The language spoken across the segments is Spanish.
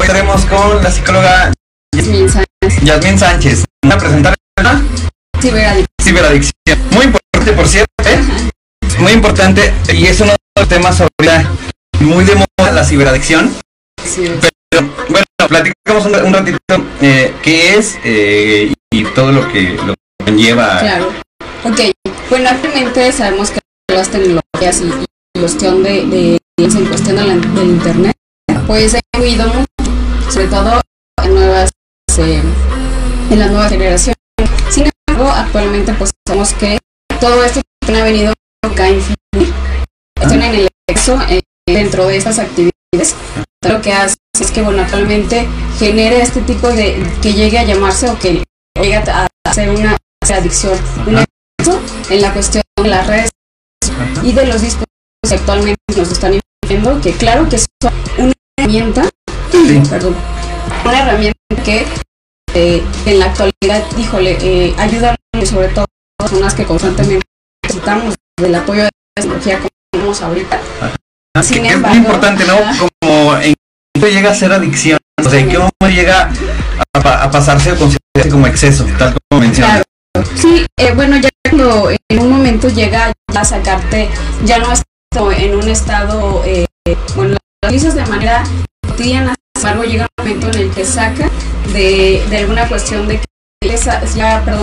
estaremos con la psicóloga Yasmín Sánchez. ¿Van a presentar el tema? Ciberadicción. Muy importante, por cierto, muy importante, y es uno de los temas ahorita muy de moda, la ciberadicción. Sí. Pero bueno, platicamos un ratito qué es y todo lo que conlleva. Claro. Ok. Bueno, actualmente sabemos que las tecnologías y cuestión de en cuestión del internet, pues ha influido mucho, sobre todo en las nuevas generaciones. Sin embargo, actualmente pues sabemos que todo esto ha venido a influir en el exceso dentro de estas actividades. Lo que hace es que, bueno, actualmente genere este tipo de, que llegue a llamarse o que llegue a hacer una adicción, un exceso en la cuestión de las redes y de los dispositivos que actualmente nos están influyendo, que claro que son una herramienta, una herramienta que en la actualidad, híjole, ayuda sobre todo a las personas que constantemente necesitamos del apoyo de la tecnología como tenemos ahorita. Sin embargo, es muy importante, ¿no? Como en qué llega a ser adicción, o sea, en qué momento llega a pasarse o considerarse como exceso, tal como mencionas. Claro. Sí, bueno, ya cuando en un momento llega a sacarte, ya no es en un estado, bueno, lo dices de manera cotidiana, sin embargo llega un momento en el que saca de alguna cuestión de que ya, perdón,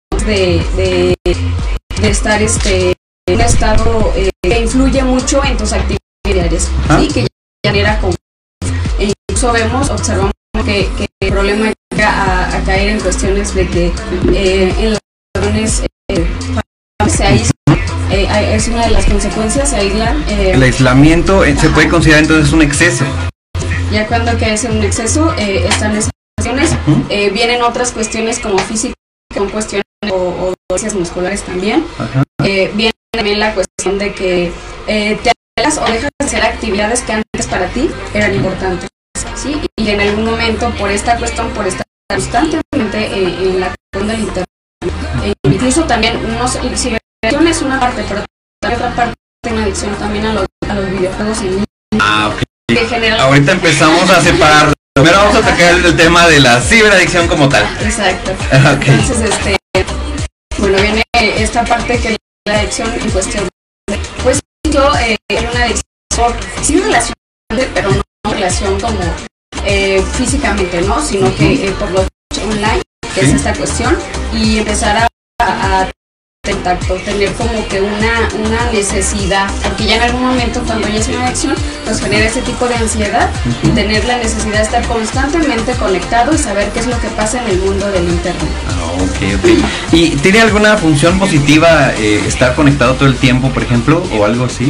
de estar en un estado que influye mucho en tus actividades diarias, ¿sí? Que ya genera como, incluso observamos que el problema llega a caer en cuestiones de que en las relaciones se aíslan, es una de las consecuencias, se aíslan. El aislamiento se puede considerar entonces un exceso. Ya cuando caes en un exceso, están esas cuestiones, vienen otras cuestiones como físicas, como cuestiones o dolencias musculares también. Viene también la cuestión de que te alejas o dejas de hacer actividades que antes para ti eran importantes, ¿sí? Y en algún momento por esta cuestión, por estar constantemente en la cuestión del internet, incluso también ciberacción es una parte, pero también otra parte de una adicción también a los videojuegos en línea. Okay. Ahorita empezamos a separar. Primero vamos a tocar el tema de la ciberadicción como tal. Exacto. Okay. Entonces, bueno, viene esta parte que la adicción en cuestión de, pues yo en una adicción sí relacionante, pero no relación como físicamente, ¿no? Sino que por lo online, que es esta cuestión, y empezar a contacto, tener como que una necesidad, porque ya en algún momento cuando ya es una adicción nos genera ese tipo de ansiedad y tener la necesidad de estar constantemente conectado y saber qué es lo que pasa en el mundo del internet. Okay. ¿Y tiene alguna función positiva estar conectado todo el tiempo, por ejemplo, o algo así?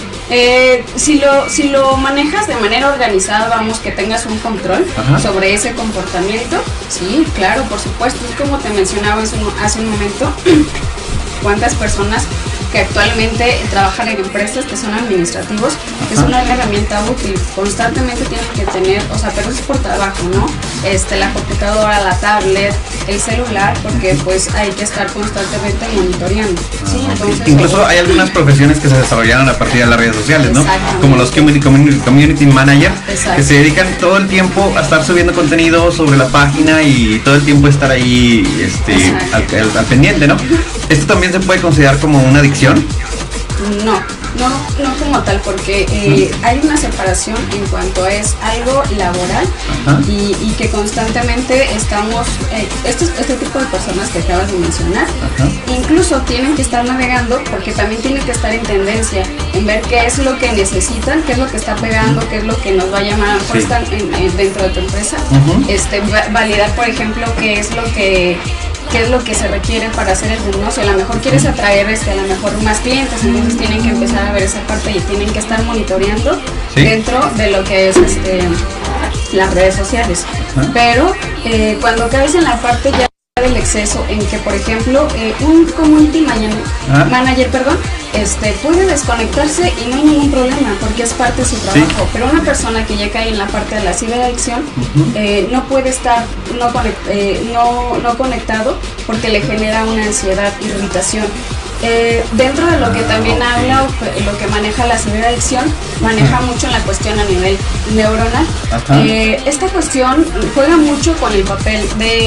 Si lo manejas de manera organizada, vamos, que tengas un control sobre ese comportamiento, sí, claro, por supuesto, es como te mencionaba hace un momento. ¿Cuántas personas que actualmente trabajan en empresas que son administrativos, que es una herramienta útil, constantemente tienen que tener, o sea, pero eso es por trabajo, ¿no? La computadora, la tablet, el celular, porque pues hay que estar constantemente monitoreando, ¿sí? Entonces, incluso hay algunas profesiones que se desarrollaron a partir de las redes sociales, ¿no? Como los community manager, que se dedican todo el tiempo a estar subiendo contenido sobre la página y todo el tiempo estar ahí al pendiente, ¿no? ¿Esto también se puede considerar como una adicción? No como tal, porque hay una separación en cuanto a es algo laboral y que constantemente estamos, este tipo de personas que acabas de mencionar, incluso tienen que estar navegando porque también tienen que estar en tendencia, en ver qué es lo que necesitan, qué es lo que está pegando, qué es lo que nos va a llamar, a lo mejor están dentro de tu empresa, validar, por ejemplo, qué es lo que se requiere para hacer el negocio. A lo mejor quieres atraer a lo mejor más clientes, entonces tienen que empezar a ver esa parte y tienen que estar monitoreando dentro de lo que es las redes sociales. Pero cuando caes en la parte ya del exceso, en que por ejemplo un community manager, puede desconectarse y no hay ningún problema porque es parte de su trabajo, pero una persona que ya cae en la parte de la ciberadicción no puede estar no conectado porque le genera una ansiedad, irritación, Dentro de lo que también habla, o lo que maneja la ciberadicción, maneja mucho en la cuestión a nivel neuronal. Esta cuestión juega mucho con el papel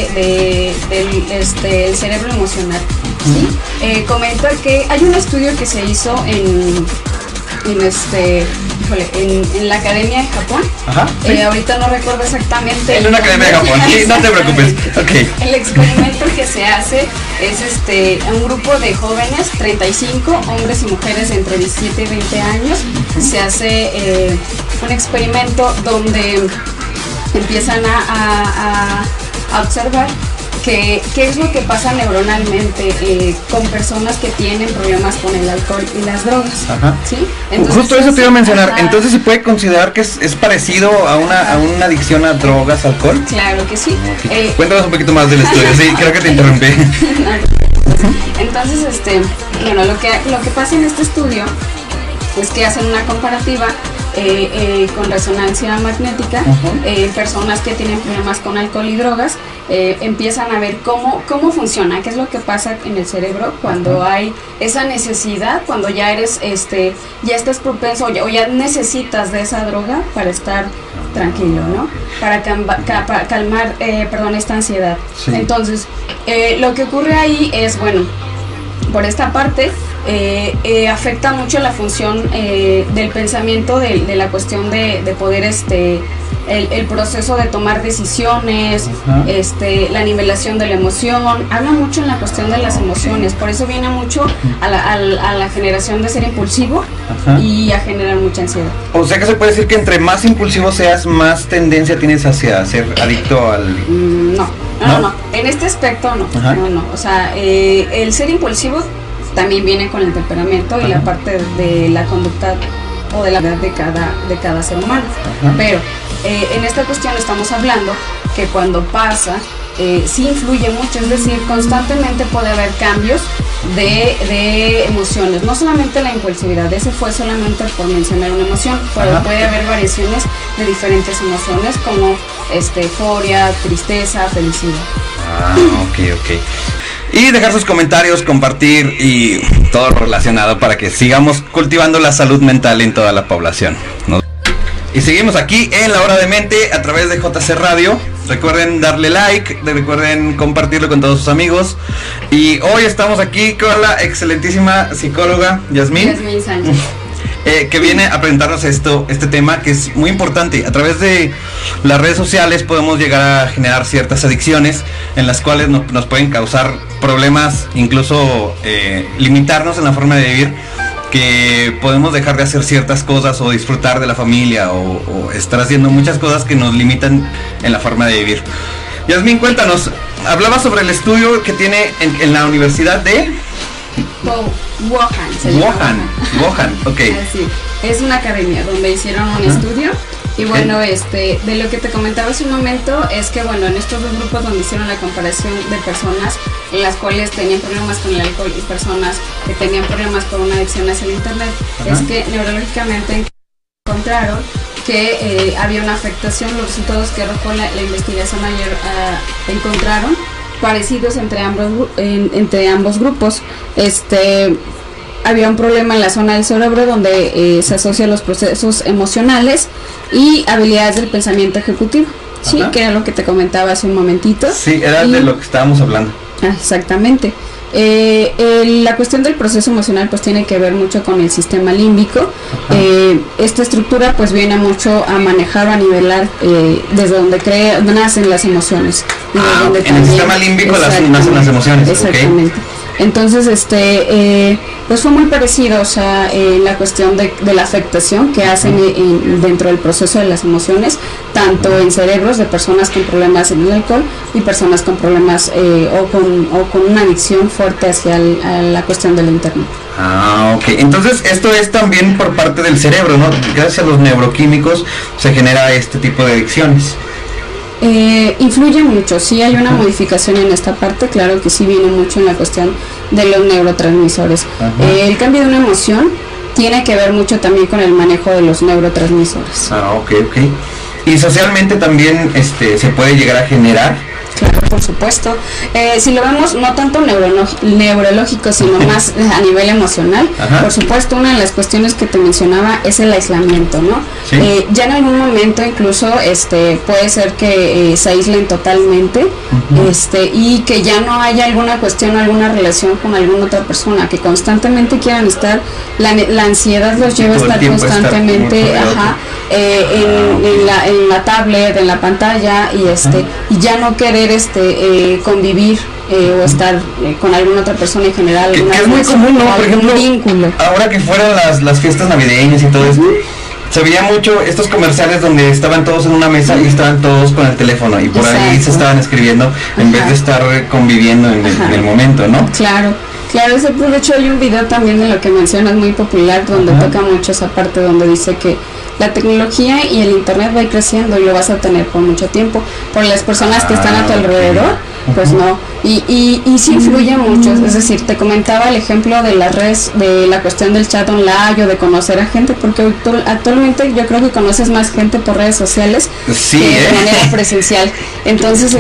del cerebro emocional, ¿sí? Comenta que hay un estudio que se hizo en la academia de Japón. Ahorita no recuerdo exactamente. En una academia de Japón, sí, no te preocupes. Okay. El experimento que se hace es un grupo de jóvenes, 35 hombres y mujeres de entre 17 y 20 años. Se hace un experimento donde empiezan a observar qué es lo que pasa neuronalmente con personas que tienen problemas con el alcohol y las drogas. ¿Sí? Entonces, justo eso te iba a mencionar. Entonces, ¿se puede considerar que es parecido a una adicción a drogas, alcohol? Claro que sí. Okay. Cuéntanos un poquito más del estudio. Sí, creo que te interrumpí. Entonces, bueno, lo que pasa en este estudio es que hacen una comparativa con resonancia magnética. Personas que tienen problemas con alcohol y drogas empiezan a ver cómo funciona, qué es lo que pasa en el cerebro cuando hay esa necesidad, cuando ya eres ya estás propenso o ya necesitas de esa droga para estar tranquilo, ¿no? Para calmar esta ansiedad. Sí. Entonces, lo que ocurre ahí es, bueno, por esta parte afecta mucho la función del pensamiento, de la cuestión de poder el proceso de tomar decisiones, la nivelación de la emoción. Habla mucho en la cuestión de las emociones, por eso viene mucho a la generación de ser impulsivo y a generar mucha ansiedad. O sea que se puede decir que entre más impulsivo seas, más tendencia tienes hacia ser adicto al... No, en este aspecto no. O sea, el ser impulsivo también viene con el temperamento y la parte de la conducta o de la edad de cada ser humano. Pero en esta cuestión estamos hablando que cuando pasa, sí influye mucho, es decir, constantemente puede haber cambios de emociones, no solamente la impulsividad, ese fue solamente por mencionar una emoción, pero puede haber variaciones de diferentes emociones como euforia, tristeza, felicidad. Ok. Y dejar sus comentarios, compartir y todo lo relacionado para que sigamos cultivando la salud mental en toda la población, ¿no? Y seguimos aquí en La Hora de Mente a través de JC Radio. Recuerden darle like, recuerden compartirlo con todos sus amigos. Y hoy estamos aquí con la excelentísima psicóloga Yasmín Sánchez. Que viene a presentarnos este tema que es muy importante. A través de las redes sociales podemos llegar a generar ciertas adicciones en las cuales nos pueden causar problemas, incluso limitarnos en la forma de vivir, que podemos dejar de hacer ciertas cosas o disfrutar de la familia o estar haciendo muchas cosas que nos limitan en la forma de vivir. Yasmín, cuéntanos, hablaba sobre el estudio que tiene en la Universidad de... Wuhan, ok. Así, es una academia donde hicieron un estudio y bueno, de lo que te comentaba hace un momento es que bueno, en estos dos grupos donde hicieron la comparación de personas en las cuales tenían problemas con el alcohol y personas que tenían problemas con una adicción hacia el internet, es que neurológicamente encontraron que había una afectación. Los resultados que arrojó la investigación ayer encontraron parecidos entre ambos grupos. Había un problema en la zona del cerebro donde se asocian los procesos emocionales y habilidades del pensamiento ejecutivo. Sí, que era lo que te comentaba hace un momentito. Sí, era de lo que estábamos hablando. Exactamente. La cuestión del proceso emocional pues tiene que ver mucho con el sistema límbico. Esta estructura pues viene mucho a manejar o a nivelar desde donde nacen las emociones. En el sistema límbico nacen las emociones. Exactamente. Entonces, pues fue muy parecido, o sea, la cuestión de la afectación que hacen dentro del proceso de las emociones, tanto en cerebros de personas con problemas en el alcohol y personas con problemas o con una adicción fuerte hacia la cuestión del internet. Ok. Entonces, esto es también por parte del cerebro, ¿no? Gracias a los neuroquímicos se genera este tipo de adicciones. Influye mucho, sí hay una modificación en esta parte, claro que sí viene mucho en la cuestión de los neurotransmisores. El cambio de una emoción tiene que ver mucho también con el manejo de los neurotransmisores. Ok. Y socialmente también se puede llegar a generar. Claro, por supuesto. Si lo vemos no tanto neurológico, sino más a nivel emocional, por supuesto, una de las cuestiones que te mencionaba es el aislamiento, ¿no? ¿Sí? Ya en algún momento incluso puede ser que se aíslen totalmente, y que ya no haya alguna cuestión, alguna relación con alguna otra persona, que constantemente quieran estar, la ansiedad los lleva a estar constantemente en la tablet, en la pantalla, y ya no querer convivir o estar con alguna otra persona en general. Que es muy común, ¿no? Por ejemplo, vínculo. Ahora que fueron las fiestas navideñas y todo esto, se veía mucho estos comerciales donde estaban todos en una mesa y estaban todos con el teléfono, y por ahí se estaban escribiendo en vez de estar conviviendo en el momento, ¿no? Claro, de hecho hay un video también de lo que mencionas muy popular donde toca mucho esa parte donde dice que la tecnología y el internet va a ir creciendo y lo vas a tener por mucho tiempo. Por las personas que están a tu alrededor, pues no. Y sí influye mucho. Es decir, te comentaba el ejemplo de las redes, de la cuestión del chat online o de conocer a gente, porque actualmente yo creo que conoces más gente por redes sociales que de manera presencial. Entonces,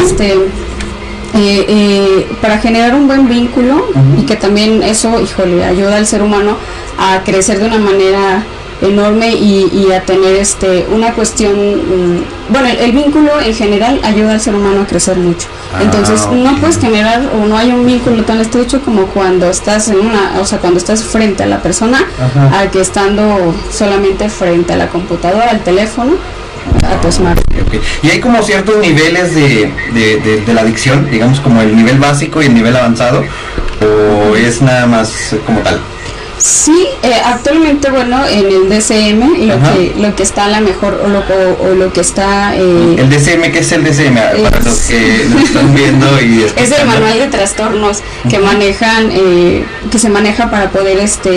para generar un buen vínculo y que también eso, ayuda al ser humano a crecer de una manera enorme y a tener una cuestión, el vínculo en general ayuda al ser humano a crecer mucho. Entonces no puedes generar, o no hay un vínculo tan estrecho como cuando estás cuando estás frente a la persona, a que estando solamente frente a la computadora, al teléfono, a tu smartphone. Y hay como ciertos niveles de la adicción, digamos, como el nivel básico y el nivel avanzado, o es nada más como tal. Sí, actualmente, en el DSM lo que está a la mejor, o lo que está... ¿El DSM qué es el DSM? Para los que nos están viendo y escuchando. Es el manual de trastornos que manejan, que se maneja para poder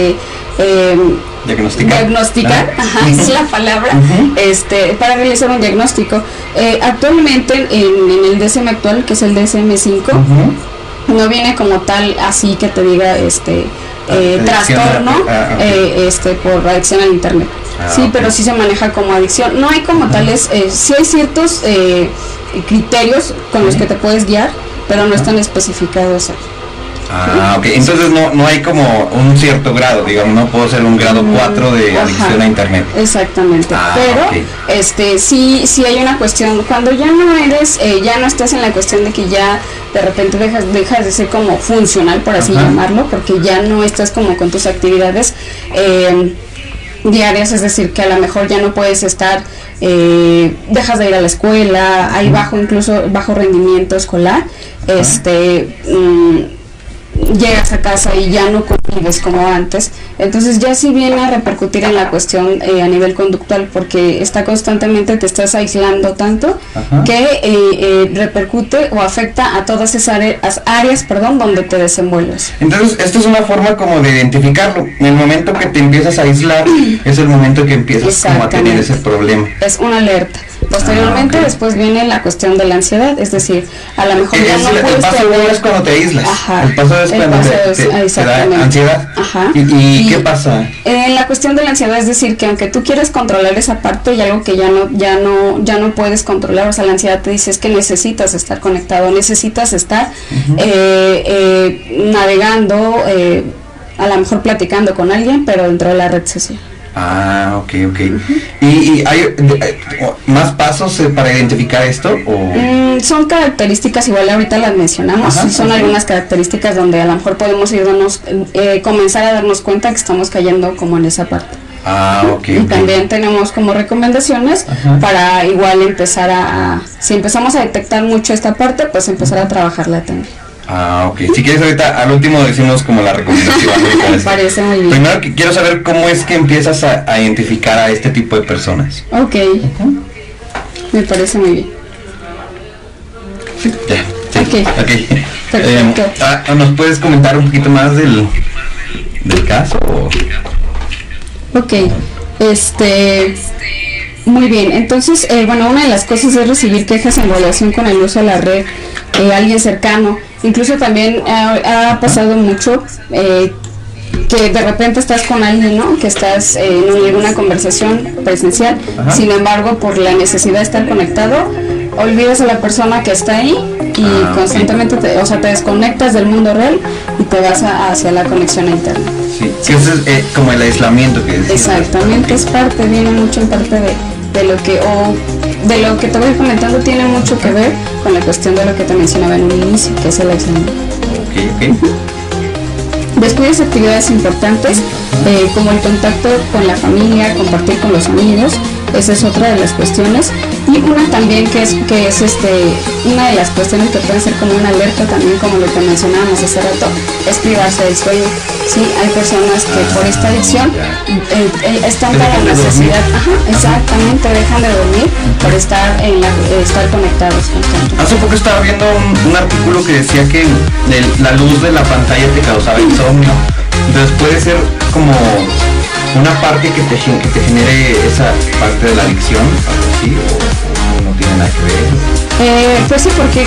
diagnosticar, esa es la palabra, para realizar un diagnóstico. Actualmente en el DSM actual, que es el DSM-5, no viene como tal así que te diga trastorno por adicción al internet. Pero sí se maneja como adicción. No hay como tales, sí hay ciertos criterios con los que te puedes guiar, pero no están especificados. Entonces no hay como un cierto grado, digamos, no puedo ser un grado 4 de adicción a internet. Exactamente, pero sí hay una cuestión, cuando ya no eres, ya no estás en la cuestión de que ya de repente dejas de ser como funcional, por así llamarlo, porque ya no estás como con tus actividades diarias, es decir, que a lo mejor ya no puedes estar, dejas de ir a la escuela, hay bajo rendimiento escolar, llegas a casa y ya no convives como antes, entonces ya sí viene a repercutir en la cuestión a nivel conductual, porque constantemente te estás aislando tanto que repercute o afecta a todas esas áreas donde te desenvuelves. Entonces esto es una forma como de identificarlo. En el momento que te empiezas a aislar es el momento que empiezas como a tener ese problema. Es una alerta. Posteriormente después viene la cuestión de la ansiedad, es decir, a lo mejor ya no puedes. El paso 1 es cuando te aíslas. El paso es cuando te da ansiedad. ¿Y qué pasa? La cuestión de la ansiedad es decir que aunque tú quieres controlar esa parte, hay algo que ya no puedes controlar. O sea, la ansiedad te dice es que necesitas estar conectado, necesitas estar navegando, a lo mejor platicando con alguien, pero dentro de la red social. ¿Y hay más pasos para identificar esto? Son características, igual ahorita las mencionamos, son algunas características donde a lo mejor podemos comenzar a darnos cuenta que estamos cayendo como en esa parte. Y también tenemos como recomendaciones para igual empezar si empezamos a detectar mucho esta parte, pues empezar a trabajarla también. Si quieres ahorita al último decimos como la recomendación. Me parece muy bien. Primero quiero saber cómo es que empiezas a identificar a este tipo de personas. Me parece muy bien. Perfecto. ¿Nos puedes comentar un poquito más del caso? Muy bien, entonces, una de las cosas es recibir quejas en relación con el uso de la red, alguien cercano. Incluso también ha pasado mucho que de repente estás con alguien, ¿no? Que estás en alguna conversación presencial, sin embargo, por la necesidad de estar conectado, olvidas a la persona que está ahí y constantemente te desconectas del mundo real y te vas hacia la conexión a internet. Sí, que eso es como el aislamiento que decías. Exactamente, es parte, viene mucho en parte de lo que te voy comentando, tiene mucho que ver con la cuestión de lo que te mencionaba en un inicio, que es el aislamiento. Ok. Descuidas actividades importantes, como el contacto con la familia, compartir con los amigos, esa es otra de las cuestiones. Y una también que es una de las cuestiones que pueden ser como una alerta también, como lo que mencionábamos hace rato, es privarse del sueño. Sí, hay personas que por esta adicción están para la necesidad, exactamente, dejan de dormir por estar conectados constantemente. Hace poco estaba viendo un artículo que decía que la luz de la pantalla te causaba insomnio. Entonces puede ser como una parte que te genere esa parte de la adicción, algo así, o no tiene nada que ver. Pues sí, porque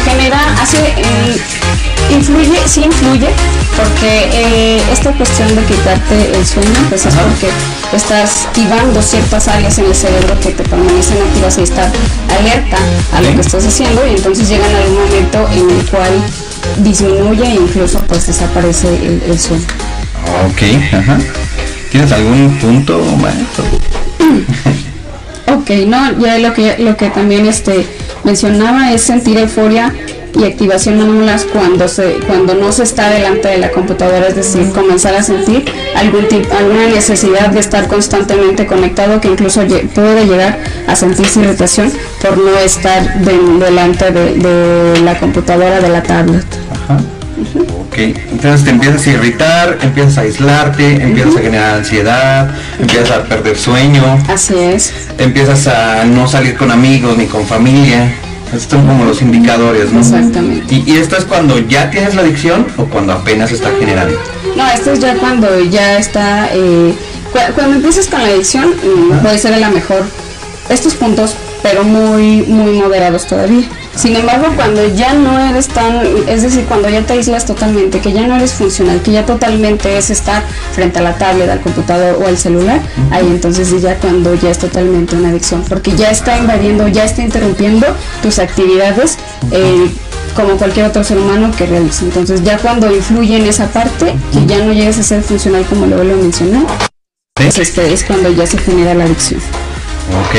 influye, porque esta cuestión de quitarte el sueño, pues es porque estás activando ciertas áreas en el cerebro que te permanecen activas y estar alerta a lo que estás haciendo, y entonces llegan a un momento en el cual disminuye e incluso pues desaparece el sueño. Ok, ¿Tienes algún punto, maestro? Ok, no, ya lo que también mencionaba es sentir euforia y activación anómalas cuando no se está delante de la computadora, es decir, comenzar a sentir alguna necesidad de estar constantemente conectado, que incluso puede llegar a sentirse irritación por no estar delante de la computadora, de la tablet. Ok, entonces te empiezas a irritar, empiezas a aislarte, empiezas a generar ansiedad, empiezas a perder sueño. Así es. Empiezas a no salir con amigos ni con familia. Estos son como los indicadores, ¿no? Exactamente. ¿Y esto es cuando ya tienes la adicción o cuando apenas está generando? No, esto es ya cuando ya está, cuando empiezas con la adicción, puede ser a lo mejor estos puntos, pero muy, muy moderados todavía. Sin embargo, cuando ya no eres es decir, cuando ya te aíslas totalmente, que ya no eres funcional, que ya totalmente es estar frente a la tablet, al computador o al celular, ahí entonces ya cuando ya es totalmente una adicción, porque ya está invadiendo, ya está interrumpiendo tus actividades, como cualquier otro ser humano que realiza. Entonces ya cuando influye en esa parte, que ya no llegues a ser funcional como lo mencioné, es cuando ya se genera la adicción. Ok.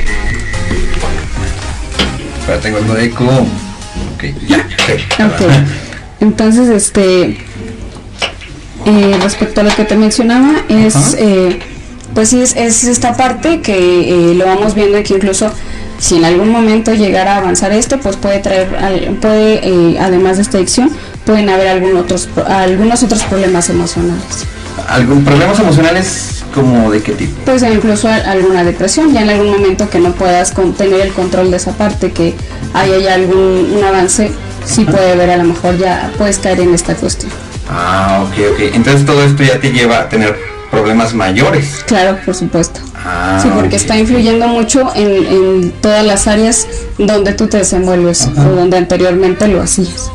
Pero tengo algo de eco. Ok, ya. Okay. Entonces, respecto a lo que te mencionaba, pues sí, es esta parte que lo vamos viendo, y que incluso si en algún momento llegara a avanzar esto, pues puede además de esta adicción, pueden haber algunos otros problemas emocionales. ¿Problemas emocionales como de qué tipo? Pues incluso alguna depresión, ya en algún momento que no puedas tener el control de esa parte, que haya algún avance, sí puede haber, a lo mejor ya puedes caer en esta cuestión. Ok. Entonces todo esto ya te lleva a tener problemas mayores. Claro, por supuesto. Sí, porque está influyendo mucho en todas las áreas donde tú te desenvuelves o donde anteriormente lo hacías.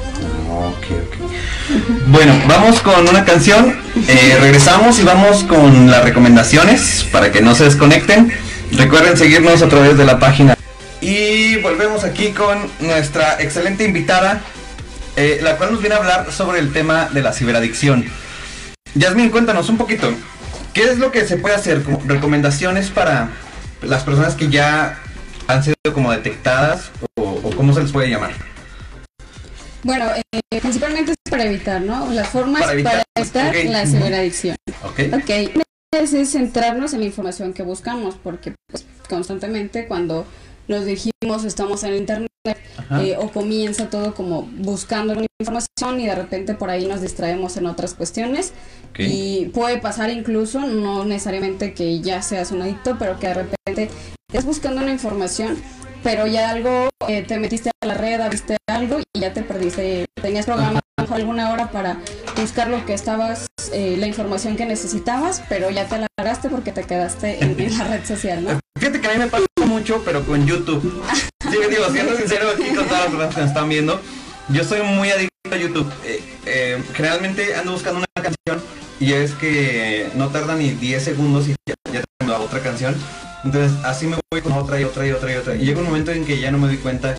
Bueno, vamos con una canción, regresamos y vamos con las recomendaciones para que no se desconecten. Recuerden seguirnos a través de la página. Y volvemos aquí con nuestra excelente invitada, la cual nos viene a hablar sobre el tema de la ciberadicción. Yasmín, cuéntanos un poquito, ¿qué es lo que se puede hacer? Como recomendaciones para las personas que ya han sido como detectadas, o cómo se les puede llamar. Bueno, principalmente es para evitar, ¿no? Las formas para evitar la ciberadicción. Ok. Es centrarnos en la información que buscamos, porque pues, constantemente cuando nos dirigimos, estamos en internet, o comienza todo como buscando una información y de repente por ahí nos distraemos en otras cuestiones. Y puede pasar incluso, no necesariamente que ya seas un adicto, pero que de repente estás buscando una información, pero ya algo, te metiste a la red, viste algo y ya te perdiste, tenías programado alguna hora para buscar lo que estabas, la información que necesitabas, pero ya te alargaste porque te quedaste en la red social, ¿no? Fíjate que a mí me pasa mucho, pero con YouTube. Sí, digo, siendo sincero aquí con todas las personas que nos están viendo, yo soy muy adicto a YouTube. Generalmente ando buscando una canción y es que no tarda ni 10 segundos y ya tengo la otra canción. Entonces así me voy con otra y llega un momento en que ya no me doy cuenta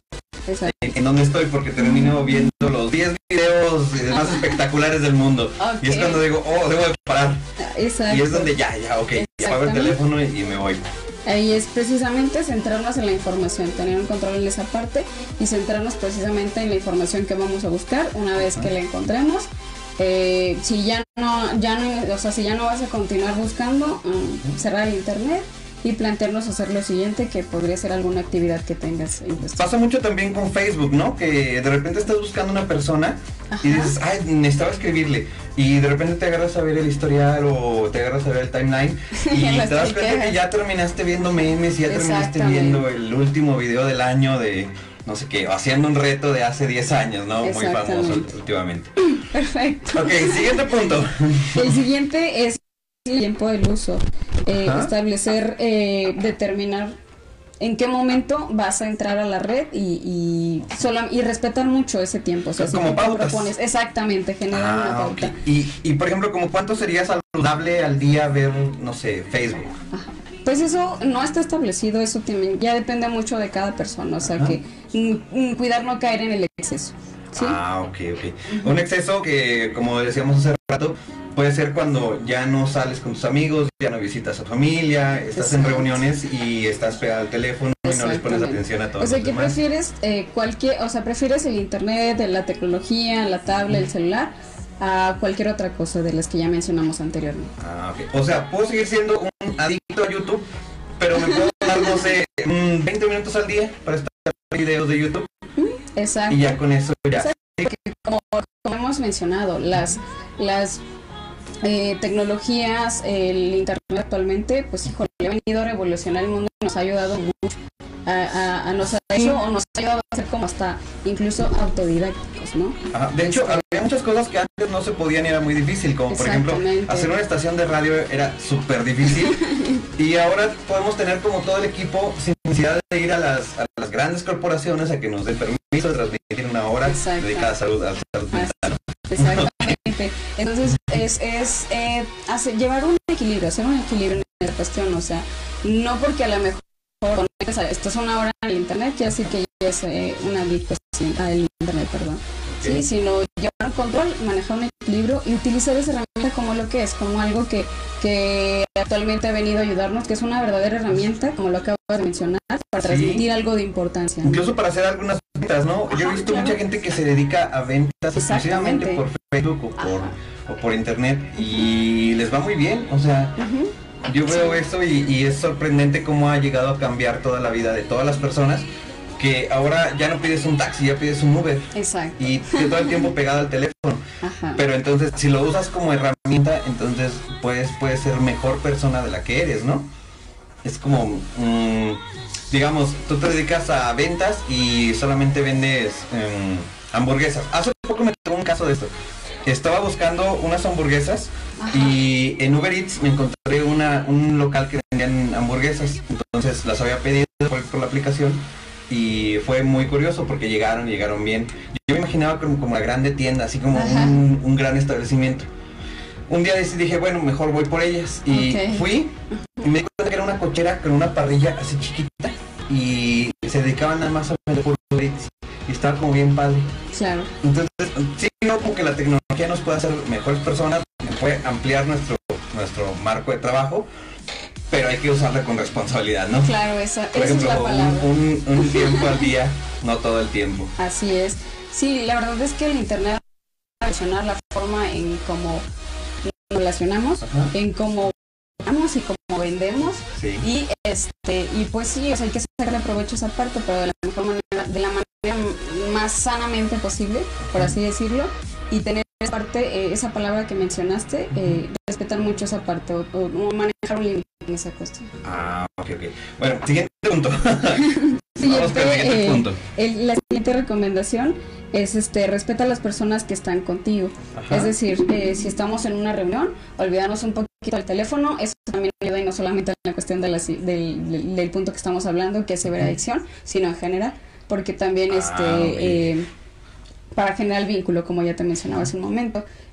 en donde estoy, porque termino viendo los 10 videos más espectaculares del mundo. Y es cuando digo, oh, debo de parar. Exacto. Y es donde ya, ok, apago el teléfono y me voy. Ahí es precisamente centrarnos en la información, tener un control en esa parte y centrarnos precisamente en la información que vamos a buscar una vez que la encontremos. Si ya no, o sea, si ya no vas a continuar buscando, cerrar el internet y plantearnos hacer lo siguiente, que podría ser alguna actividad que tengas. Pasa mucho también con Facebook, ¿no? Que de repente estás buscando una persona y dices, ay, necesitaba escribirle, y de repente te agarras a ver el historial o te agarras a ver el timeline y te das cuenta que ya terminaste viendo memes y ya terminaste viendo el último video del año de no sé qué, haciendo un reto de hace 10 años, ¿no? Muy famoso últimamente. Perfecto. Ok, siguiente punto. El siguiente es el tiempo del uso. Establecer, determinar en qué momento vas a entrar a la red y respetar mucho ese tiempo. O sea, si como pautas. Propones, exactamente, generar una pauta. Okay. Y por ejemplo, ¿como cuánto sería saludable al día ver, no sé, Facebook? Pues eso no está establecido, eso también ya depende mucho de cada persona, o sea que cuidar no caer en el exceso. ¿Sí? Ok. Un exceso que, como decíamos hace rato, puede ser cuando ya no sales con tus amigos, ya no visitas a tu familia, estás en reuniones y estás pegado al teléfono y no les pones atención a todos. O sea, que prefieres prefieres el internet, la tecnología, la tablet, el celular, a cualquier otra cosa de las que ya mencionamos anteriormente. Ok. O sea, puedo seguir siendo un adicto a YouTube, pero me puedo dar, no sé, 20 minutos al día para estar en videos de YouTube. Exacto. Y ya con eso ya. Porque como hemos mencionado, las tecnologías, el internet actualmente, pues híjole, ha venido a revolucionar el mundo y nos ha ayudado mucho a nos ha ayudado a ser como hasta incluso autodidácticos, ¿no? De hecho, había muchas cosas que antes no se podían y era muy difícil, como por ejemplo hacer una estación de radio era súper difícil y ahora podemos tener como todo el equipo sin necesidad de ir a las grandes corporaciones a que nos den permiso de transmitir una hora dedicada a salud mental. Exactamente. Entonces es llevar un equilibrio, hacer un equilibrio en esta cuestión, o sea, no porque a lo mejor estás una hora en el internet, ya sí que ya es una adicción al internet, perdón. Sí, sino llevar un control, manejar un equilibrio y utilizar esa herramienta como lo que es, como algo que actualmente ha venido a ayudarnos, que es una verdadera herramienta, como lo acabo de mencionar, para transmitir algo de importancia, ¿no? Incluso para hacer algunas ventas, ¿no? Yo he visto mucha gente que se dedica a ventas exclusivamente por Facebook o por internet y les va muy bien, o sea... Yo veo eso y es sorprendente cómo ha llegado a cambiar toda la vida de todas las personas, que ahora ya no pides un taxi, ya pides un Uber. Exacto. Y todo el tiempo pegado al teléfono. Pero entonces, si lo usas como herramienta, entonces puedes ser mejor persona de la que eres, ¿no? Es como, digamos, tú te dedicas a ventas y solamente vendes hamburguesas. Hace poco me tocó un caso de esto. Estaba buscando unas hamburguesas y en Uber Eats me encontré un local que vendían hamburguesas. Entonces las había pedido por la aplicación y fue muy curioso porque llegaron bien. Yo me imaginaba como una grande tienda, así como un gran establecimiento. Un día dije, bueno, mejor voy por ellas. Y fui y me di cuenta que era una cochera con una parrilla así chiquita y se dedicaban nada más a vender por Uber Eats. Y estaba como bien padre. Claro. Entonces, sí, no, como que la tecnología nos puede hacer mejores personas, puede ampliar nuestro marco de trabajo, pero hay que usarla con responsabilidad, ¿no? Claro, esa por ejemplo, es la palabra. Un tiempo al día, no todo el tiempo. Así es. Sí, la verdad es que el internet va a revolucionar la forma en cómo nos relacionamos, en cómo y cómo vendemos, y pues sí, o sea, hay que sacarle provecho a esa parte, pero de la mejor manera, de la manera más sanamente posible, por así decirlo, y tener esa parte, esa palabra que mencionaste, respetar mucho esa parte o manejar un límite en esa cuestión. Ok. Bueno, siguiente punto. Vamos con el siguiente punto. La siguiente recomendación es respeta a las personas que están contigo. Es decir, si estamos en una reunión, olvidarnos un poquito del teléfono, eso también ayuda, y no solamente en la cuestión del punto que estamos hablando, que es ciberadicción, sino en general, porque también para generar vínculo, como ya te mencionaba hace un momento,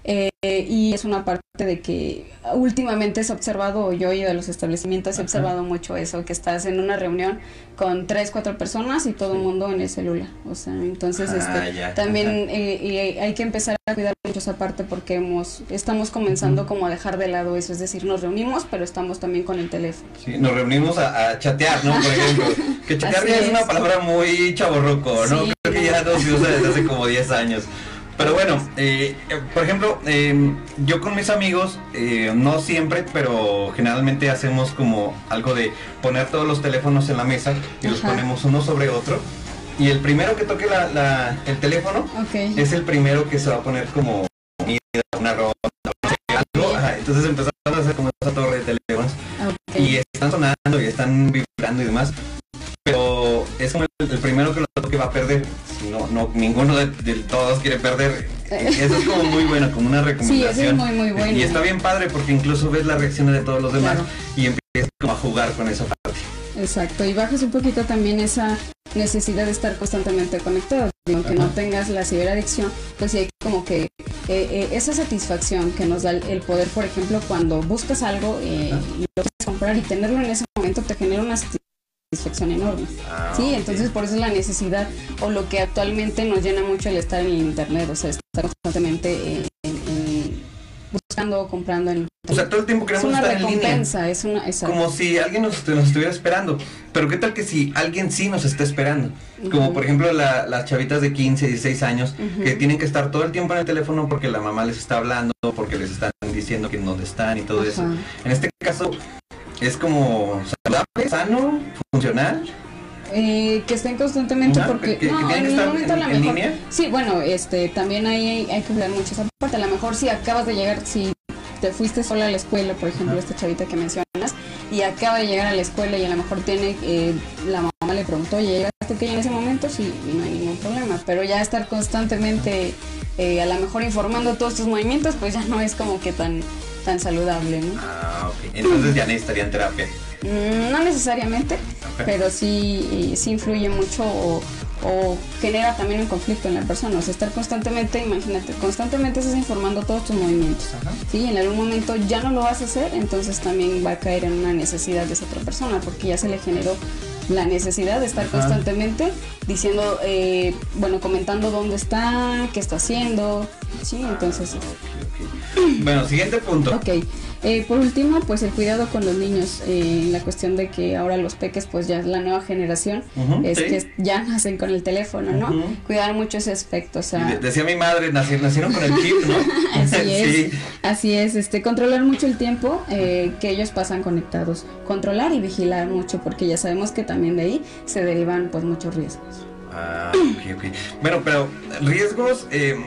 Y es una parte de que últimamente se ha observado, yo he ido a los establecimientos, he observado mucho eso, que estás en una reunión con 3, 4 personas y todo el mundo en el celular. O sea, entonces también hay que empezar a cuidar mucho esa parte porque estamos comenzando como a dejar de lado eso, es decir, nos reunimos pero estamos también con el teléfono. Sí, nos reunimos a chatear, ¿no? Por ejemplo, que chatear ya es una palabra muy chavorruco, ¿no? Sí, creo que ya no se usa desde hace como 10 años. Pero bueno, por ejemplo, yo con mis amigos, no siempre, pero generalmente hacemos como algo de poner todos los teléfonos en la mesa y los ponemos uno sobre otro. Y el primero que toque el teléfono es el primero que se va a poner como una ronda, algo. Entonces empezamos a hacer como esa torre de teléfonos y están sonando y están vibrando y demás. Pero es como el primero que lo toque va a perder. No, ninguno de todos quiere perder. Eso es como muy bueno, como una recomendación. Sí, eso es muy, muy bueno. Y está bien padre porque incluso ves las reacciones de todos los demás y empiezas como a jugar con esa parte. Exacto, y bajas un poquito también esa necesidad de estar constantemente conectado. Aunque no tengas la ciberadicción, pues sí hay como que esa satisfacción que nos da el poder, por ejemplo, cuando buscas algo y lo quieres comprar y tenerlo en ese momento te genera una satisfacción enorme. Sí, entonces por eso es la necesidad o lo que actualmente nos llena mucho el estar en el internet, o sea, estar constantemente buscando o comprando en internet. O sea, todo el tiempo queremos estar en línea. Es una como si alguien nos estuviera esperando. Pero qué tal que si alguien sí nos está esperando. Como por ejemplo las chavitas de 15, 16 años que tienen que estar todo el tiempo en el teléfono porque la mamá les está hablando, porque les están diciendo que dónde están y todo eso. En este caso es como saludable, sano, funcional. Que estén constantemente porque que tienen que estar en línea. Sí, bueno, también hay que cuidar mucho esa parte. A lo mejor si acabas de llegar, si te fuiste sola a la escuela, por ejemplo, esta chavita que mencionas, y acaba de llegar a la escuela y a lo mejor la mamá le preguntó, ¿y llegaste que en ese momento? Sí, y no hay ningún problema, pero ya estar constantemente a lo mejor informando todos tus movimientos, pues ya no es como que tan saludable, ¿no? Ok. Entonces ya necesitarían terapia. No necesariamente, pero sí influye mucho o genera también un conflicto en la persona. O sea, estar constantemente, imagínate, constantemente estás informando todos tus movimientos. Sí, en algún momento ya no lo vas a hacer, entonces también va a caer en una necesidad de esa otra persona, porque ya se le generó la necesidad de estar constantemente diciendo, comentando dónde está, qué está haciendo. Sí, entonces. Bueno, siguiente punto. Por último, pues el cuidado con los niños, la cuestión de que ahora los peques, pues ya es la nueva generación, que ya nacen con el teléfono, ¿no? Cuidar mucho ese aspecto, o sea. Decía mi madre, nacieron con el chip, ¿no? Así es, controlar mucho el tiempo que ellos pasan conectados, controlar y vigilar mucho, porque ya sabemos que también de ahí se derivan pues muchos riesgos. Ok. Bueno, pero riesgos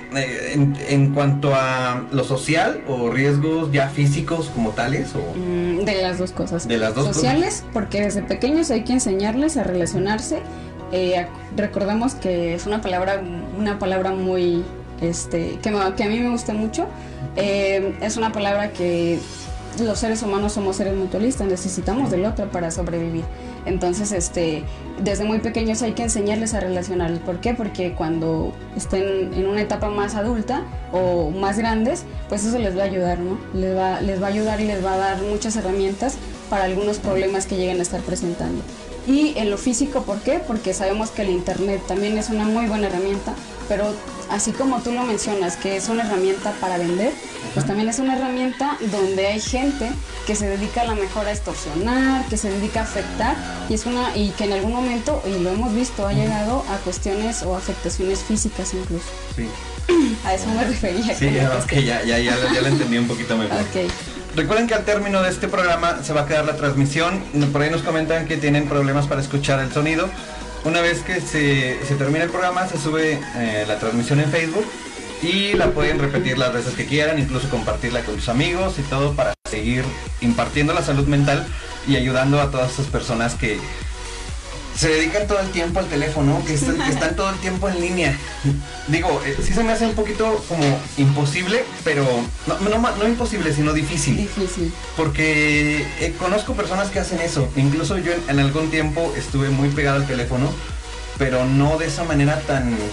en cuanto a lo social o riesgos ya físicos como tales o de las dos cosas. De las dos sociales, cosas. Porque desde pequeños hay que enseñarles a relacionarse. Recordemos que es una palabra muy que a mí me gusta mucho. Es una palabra que los seres humanos somos seres mutualistas, necesitamos del otro para sobrevivir. Entonces, desde muy pequeños hay que enseñarles a relacionarlos. ¿Por qué? Porque cuando estén en una etapa más adulta o más grandes, pues eso les va a ayudar, ¿no? Les va a ayudar y les va a dar muchas herramientas para algunos problemas que lleguen a estar presentando. Y en lo físico, ¿por qué? Porque sabemos que el internet también es una muy buena herramienta, pero así como tú lo mencionas, que es una herramienta para vender, pues también es una herramienta donde hay gente que se dedica a la mejor a extorsionar, que se dedica a afectar, y que en algún momento, y lo hemos visto, ha llegado a cuestiones o afectaciones físicas incluso. Sí. A eso me refería. Sí, ya lo entendí un poquito mejor. Recuerden que al término de este programa se va a quedar la transmisión. Por ahí nos comentan que tienen problemas para escuchar el sonido. Una vez que se termina el programa, se sube la transmisión en Facebook y la pueden repetir las veces que quieran, incluso compartirla con sus amigos y todo para seguir impartiendo la salud mental y ayudando a todas esas personas que se dedican todo el tiempo al teléfono, que están todo el tiempo en línea. Digo, sí se me hace un poquito como imposible, pero no imposible, sino difícil. Porque conozco personas que hacen eso. Incluso yo en algún tiempo estuve muy pegado al teléfono, pero no de esa manera tan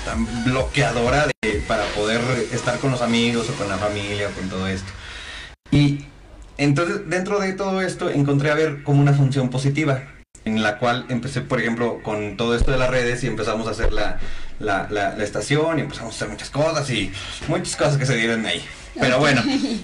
tan bloqueadora para poder estar con los amigos o con la familia o con todo esto. Y entonces dentro de todo esto encontré a ver como una función positiva, en la cual empecé, por ejemplo, con todo esto de las redes y empezamos a hacer la estación y empezamos a hacer muchas cosas y muchas cosas que se dieron ahí. Pero bueno,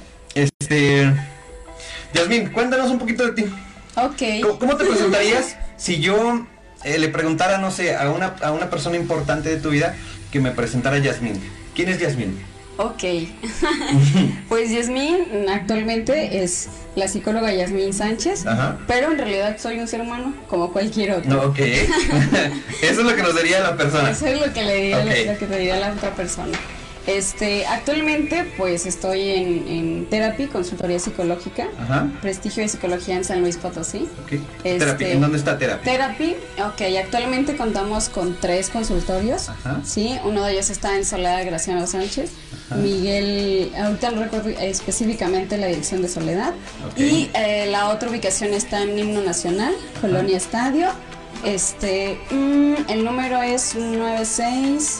Yasmín, cuéntanos un poquito de ti. Ok. ¿Cómo te presentarías si yo le preguntara, no sé, a una persona importante de tu vida que me presentara a Yasmín? ¿Quién es Yasmín? Ok. Pues Yasmín actualmente es la psicóloga Yasmín Sánchez. Ajá. Pero en realidad soy un ser humano como cualquier otro. No, ok. Eso es lo que nos diría la persona. Eso es lo que le diría, lo que te diría la otra persona. Actualmente pues estoy en Therapy, consultoría psicológica. Ajá. Prestigio de psicología en San Luis Potosí. Okay. Therapy, ¿en dónde está Therapy? Therapy, actualmente contamos con 3 consultorios. Ajá. Sí, uno de ellos está en Soledad Graciano Sánchez. Ajá. Miguel, ahorita no recuerdo específicamente la dirección de Soledad. Okay. Y la otra ubicación está en Himno Nacional, Colonia Estadio. El número es 96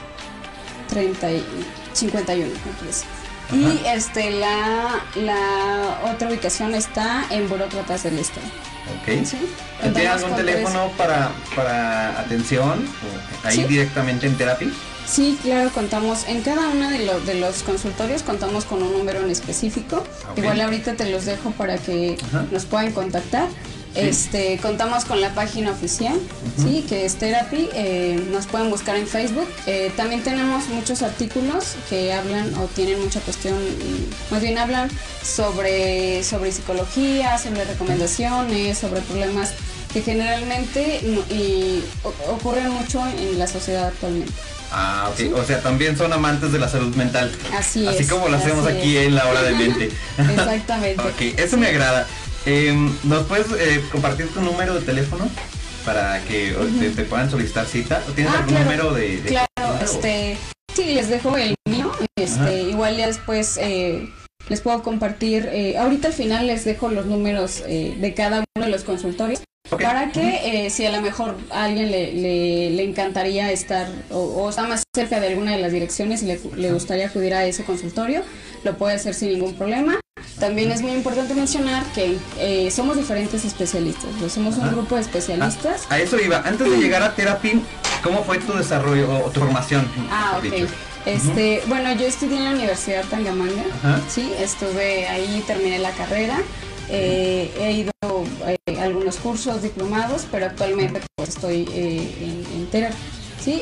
51, me parece. Y la otra ubicación está en Burócratas del Este. Ok. ¿Sí? ¿Tiene algún teléfono para atención? Ahí ¿sí? Directamente en Therapy. Sí, claro, contamos en cada uno de los consultorios, contamos con un número en específico. Okay. Igual ahorita te los dejo para que nos puedan contactar. Sí. Contamos con la página oficial, sí, que es Therapy, nos pueden buscar en Facebook. También tenemos muchos artículos que hablan o tienen mucha cuestión, más bien hablan sobre psicología, sobre recomendaciones, sobre problemas que generalmente ocurren mucho en la sociedad actualmente. Ah, ok. ¿Sí? O sea, también son amantes de la salud mental. Así es. Así como lo hacemos aquí en La Hora de Mente. Exactamente. Ok, eso me agrada. ¿Nos puedes compartir tu número de teléfono para que te puedan solicitar cita? ¿O tienes algún número de claro, sí, les dejo el mío. Igual ya después les puedo compartir. Ahorita al final les dejo los números de cada uno de los consultorios. Okay. Para que si a lo mejor a alguien le encantaría estar o está más cerca de alguna de las direcciones y le gustaría acudir a ese consultorio, lo puede hacer sin ningún problema. También es muy importante mencionar que somos diferentes especialistas, somos un grupo de especialistas. A eso iba, antes de llegar a Therapy, ¿cómo fue tu desarrollo o tu formación? Ok. Bueno, yo estudié en la Universidad Tangamanga, sí, estuve ahí, terminé la carrera. He ido a algunos cursos diplomados, pero actualmente pues, estoy en Therapy, ¿sí?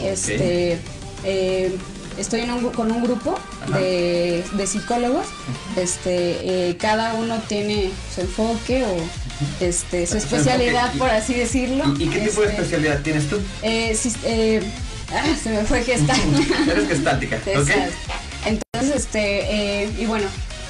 Estoy con un grupo de psicólogos. Cada uno tiene su enfoque o su especialidad, por así decirlo. ¿Y qué tipo de especialidad tienes tú? Se me fue Gestalt. Eres gestáltica, ¿ok? Entonces, y bueno,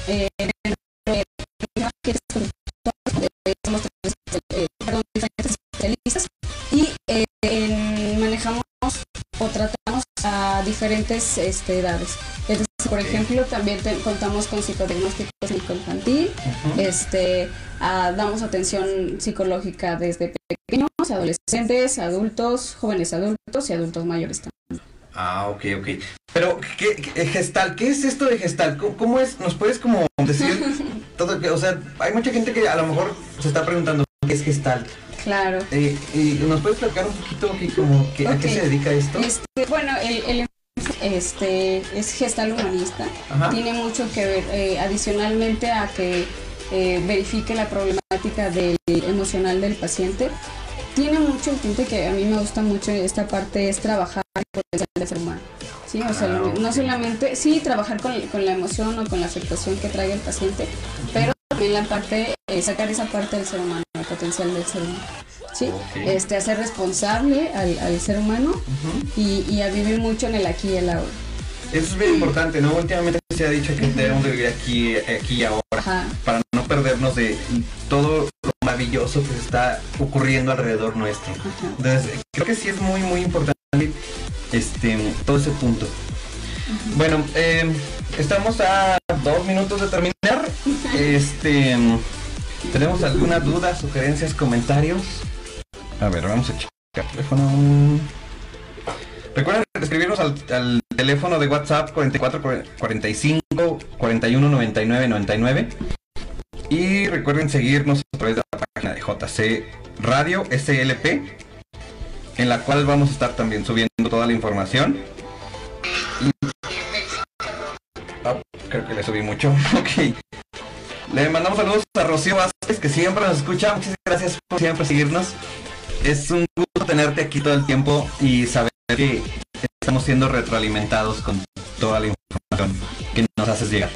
somos diferentes especialistas y manejamos o tratamos a diferentes edades. Entonces, por ejemplo, también contamos con psicodiagnóstico infantil, damos atención psicológica desde pequeños, adolescentes, adultos, jóvenes adultos y adultos mayores también. Ah, ok. Pero, ¿qué Gestalt? ¿Qué es esto de Gestalt? ¿Cómo es? ¿Nos puedes como decir todo? O sea, hay mucha gente que a lo mejor se está preguntando qué es Gestalt. Claro. ¿Nos puedes explicar un poquito a qué se dedica esto? Bueno, el es Gestalt humanista. Ajá. Tiene mucho que ver, adicionalmente a que verifique la problemática emocional del paciente. Tiene mucho el tinte que a mí me gusta mucho esta parte, es trabajar el potencial del ser humano. ¿Sí? O sea, no solamente, sí, trabajar con la emoción o con la afectación que traiga el paciente, pero también la parte, sacar esa parte del ser humano, el potencial del ser humano. ¿Sí? Okay. Hacer responsable al ser humano y a vivir mucho en el aquí y el ahora. Eso es bien importante, ¿no? Últimamente se ha dicho que debemos de vivir aquí y ahora, para no perdernos de todo lo maravilloso que se está ocurriendo alrededor nuestro. Entonces, creo que sí es muy, muy importante todo ese punto. Bueno, estamos a 2 minutos de terminar. ¿Tenemos alguna duda, sugerencias, comentarios? A ver, vamos a checar el teléfono. Recuerden escribirnos al teléfono de WhatsApp 44 45 41 99 99. Y recuerden seguirnos a través de la página de JC Radio SLP, en la cual vamos a estar también subiendo toda la información. Creo que le subí mucho. Ok. Le mandamos saludos a Rocío Vázquez, que siempre nos escucha. Muchas gracias por siempre seguirnos. Es un gusto tenerte aquí todo el tiempo y saber que estamos siendo retroalimentados con toda la información que nos haces llegar.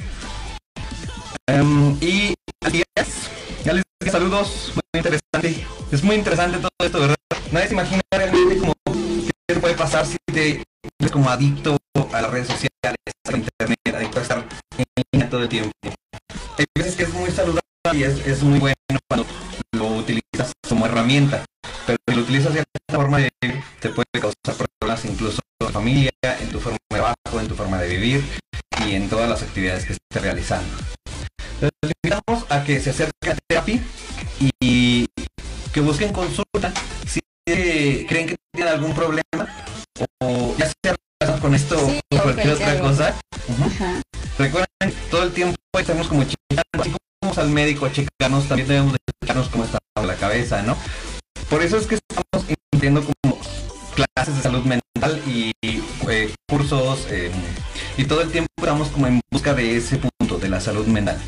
Y así es. Ya les digo saludos, muy interesante. Es muy interesante todo esto, ¿verdad? Nadie se imagina realmente cómo qué puede pasar si te eres como adicto a las redes sociales, a internet, adicto a estar en línea todo el tiempo. Hay veces que es muy saludable y es muy bueno cuando lo utilizas como herramienta, pero si lo utilizas de esta forma de vivir, te puede causar problemas incluso en tu familia, en tu forma de trabajo, en tu forma de vivir y en todas las actividades que estés realizando. Entonces, les invitamos a que se acerquen a terapia y que busquen consulta si creen que tienen algún problema o ya sea relacionado con esto o cualquier otra cosa. Recuerden, todo el tiempo estamos como checando, así como vamos al médico a checarnos, también debemos de checarnos cómo está la cabeza, ¿no? Por eso es que estamos impartiendo como clases de salud mental y cursos y todo el tiempo estamos como en busca de ese punto de la salud mental.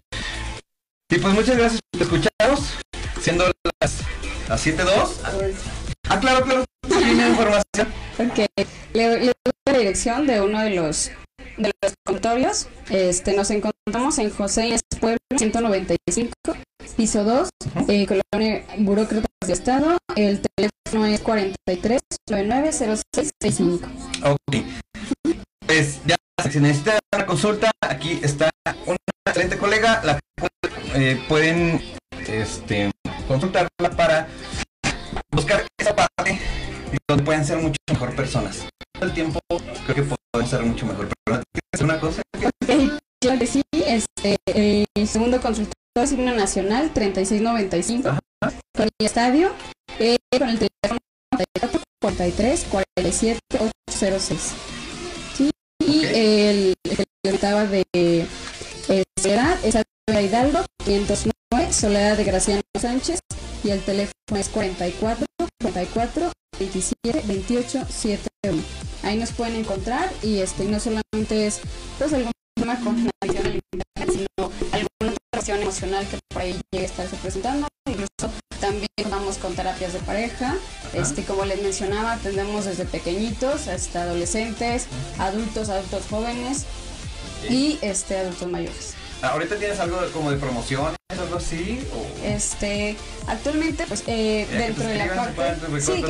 Y pues muchas gracias por escucharnos, siendo las 7:02. Claro, tiene información. Ok, le doy la dirección de uno de los consultorios. Nos encontramos en José Inés Puebla 195, piso 2, Colonia Burócratas de Estado. El teléfono es 43 99 0665. Ok. Pues ya, si necesitan una consulta, aquí está una excelente colega, la pueden consultarla para buscar esa parte donde pueden ser mucho mejor personas. Todo el tiempo creo que podemos ser mucho mejor personas. ¿Quieres hacer una cosa? Okay, claro que sí. El segundo consultorio es Himno Nacional 3695 con el estadio, con el teléfono 44 43 47 806. Sí, y el que estaba de Soledad es Alfredo Hidalgo 509, Soledad de Graciano Sánchez, y el teléfono es 44 44 27 28 71. Ahí nos pueden encontrar y no solamente es pues algún tema con una adicción alimentaria, sino alguna situación emocional que por ahí llegue a estarse presentando. Incluso también vamos con terapias de pareja. Como les mencionaba, atendemos desde pequeñitos hasta adolescentes, adultos jóvenes y adultos mayores. ¿Ahorita tienes algo como de promociones, algo así? ¿O? Actualmente, pues, dentro de la parte... Sí,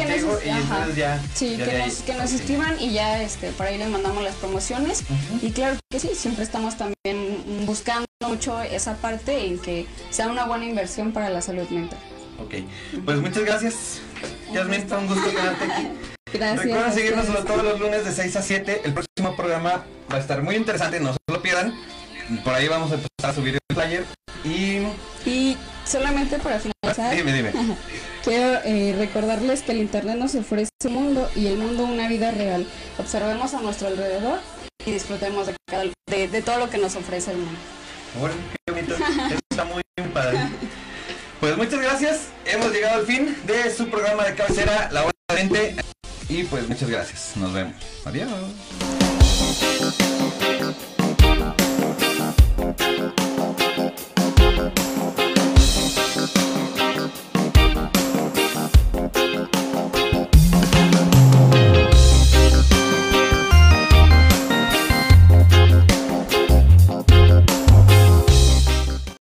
que nos escriban y ya, por ahí les mandamos las promociones. Y claro que sí, siempre estamos también buscando mucho esa parte en que sea una buena inversión para la salud mental. Ok, pues muchas gracias, Yasmin, fue un gusto tenerte aquí. Gracias. Recuerden seguirnos todos los lunes de 6 a 7. El próximo programa va a estar muy interesante, no se lo pierdan. Por ahí vamos a empezar a subir el flyer y solamente para finalizar, dime. Quiero recordarles que el internet nos ofrece un mundo y el mundo una vida real. Observemos a nuestro alrededor y disfrutemos de todo lo que nos ofrece el mundo. Bueno, qué bonito. Eso está muy padre. Pues muchas gracias. Hemos llegado al fin de su programa de cabecera, La Hora de la Mente. Y pues muchas gracias. Nos vemos. Adiós.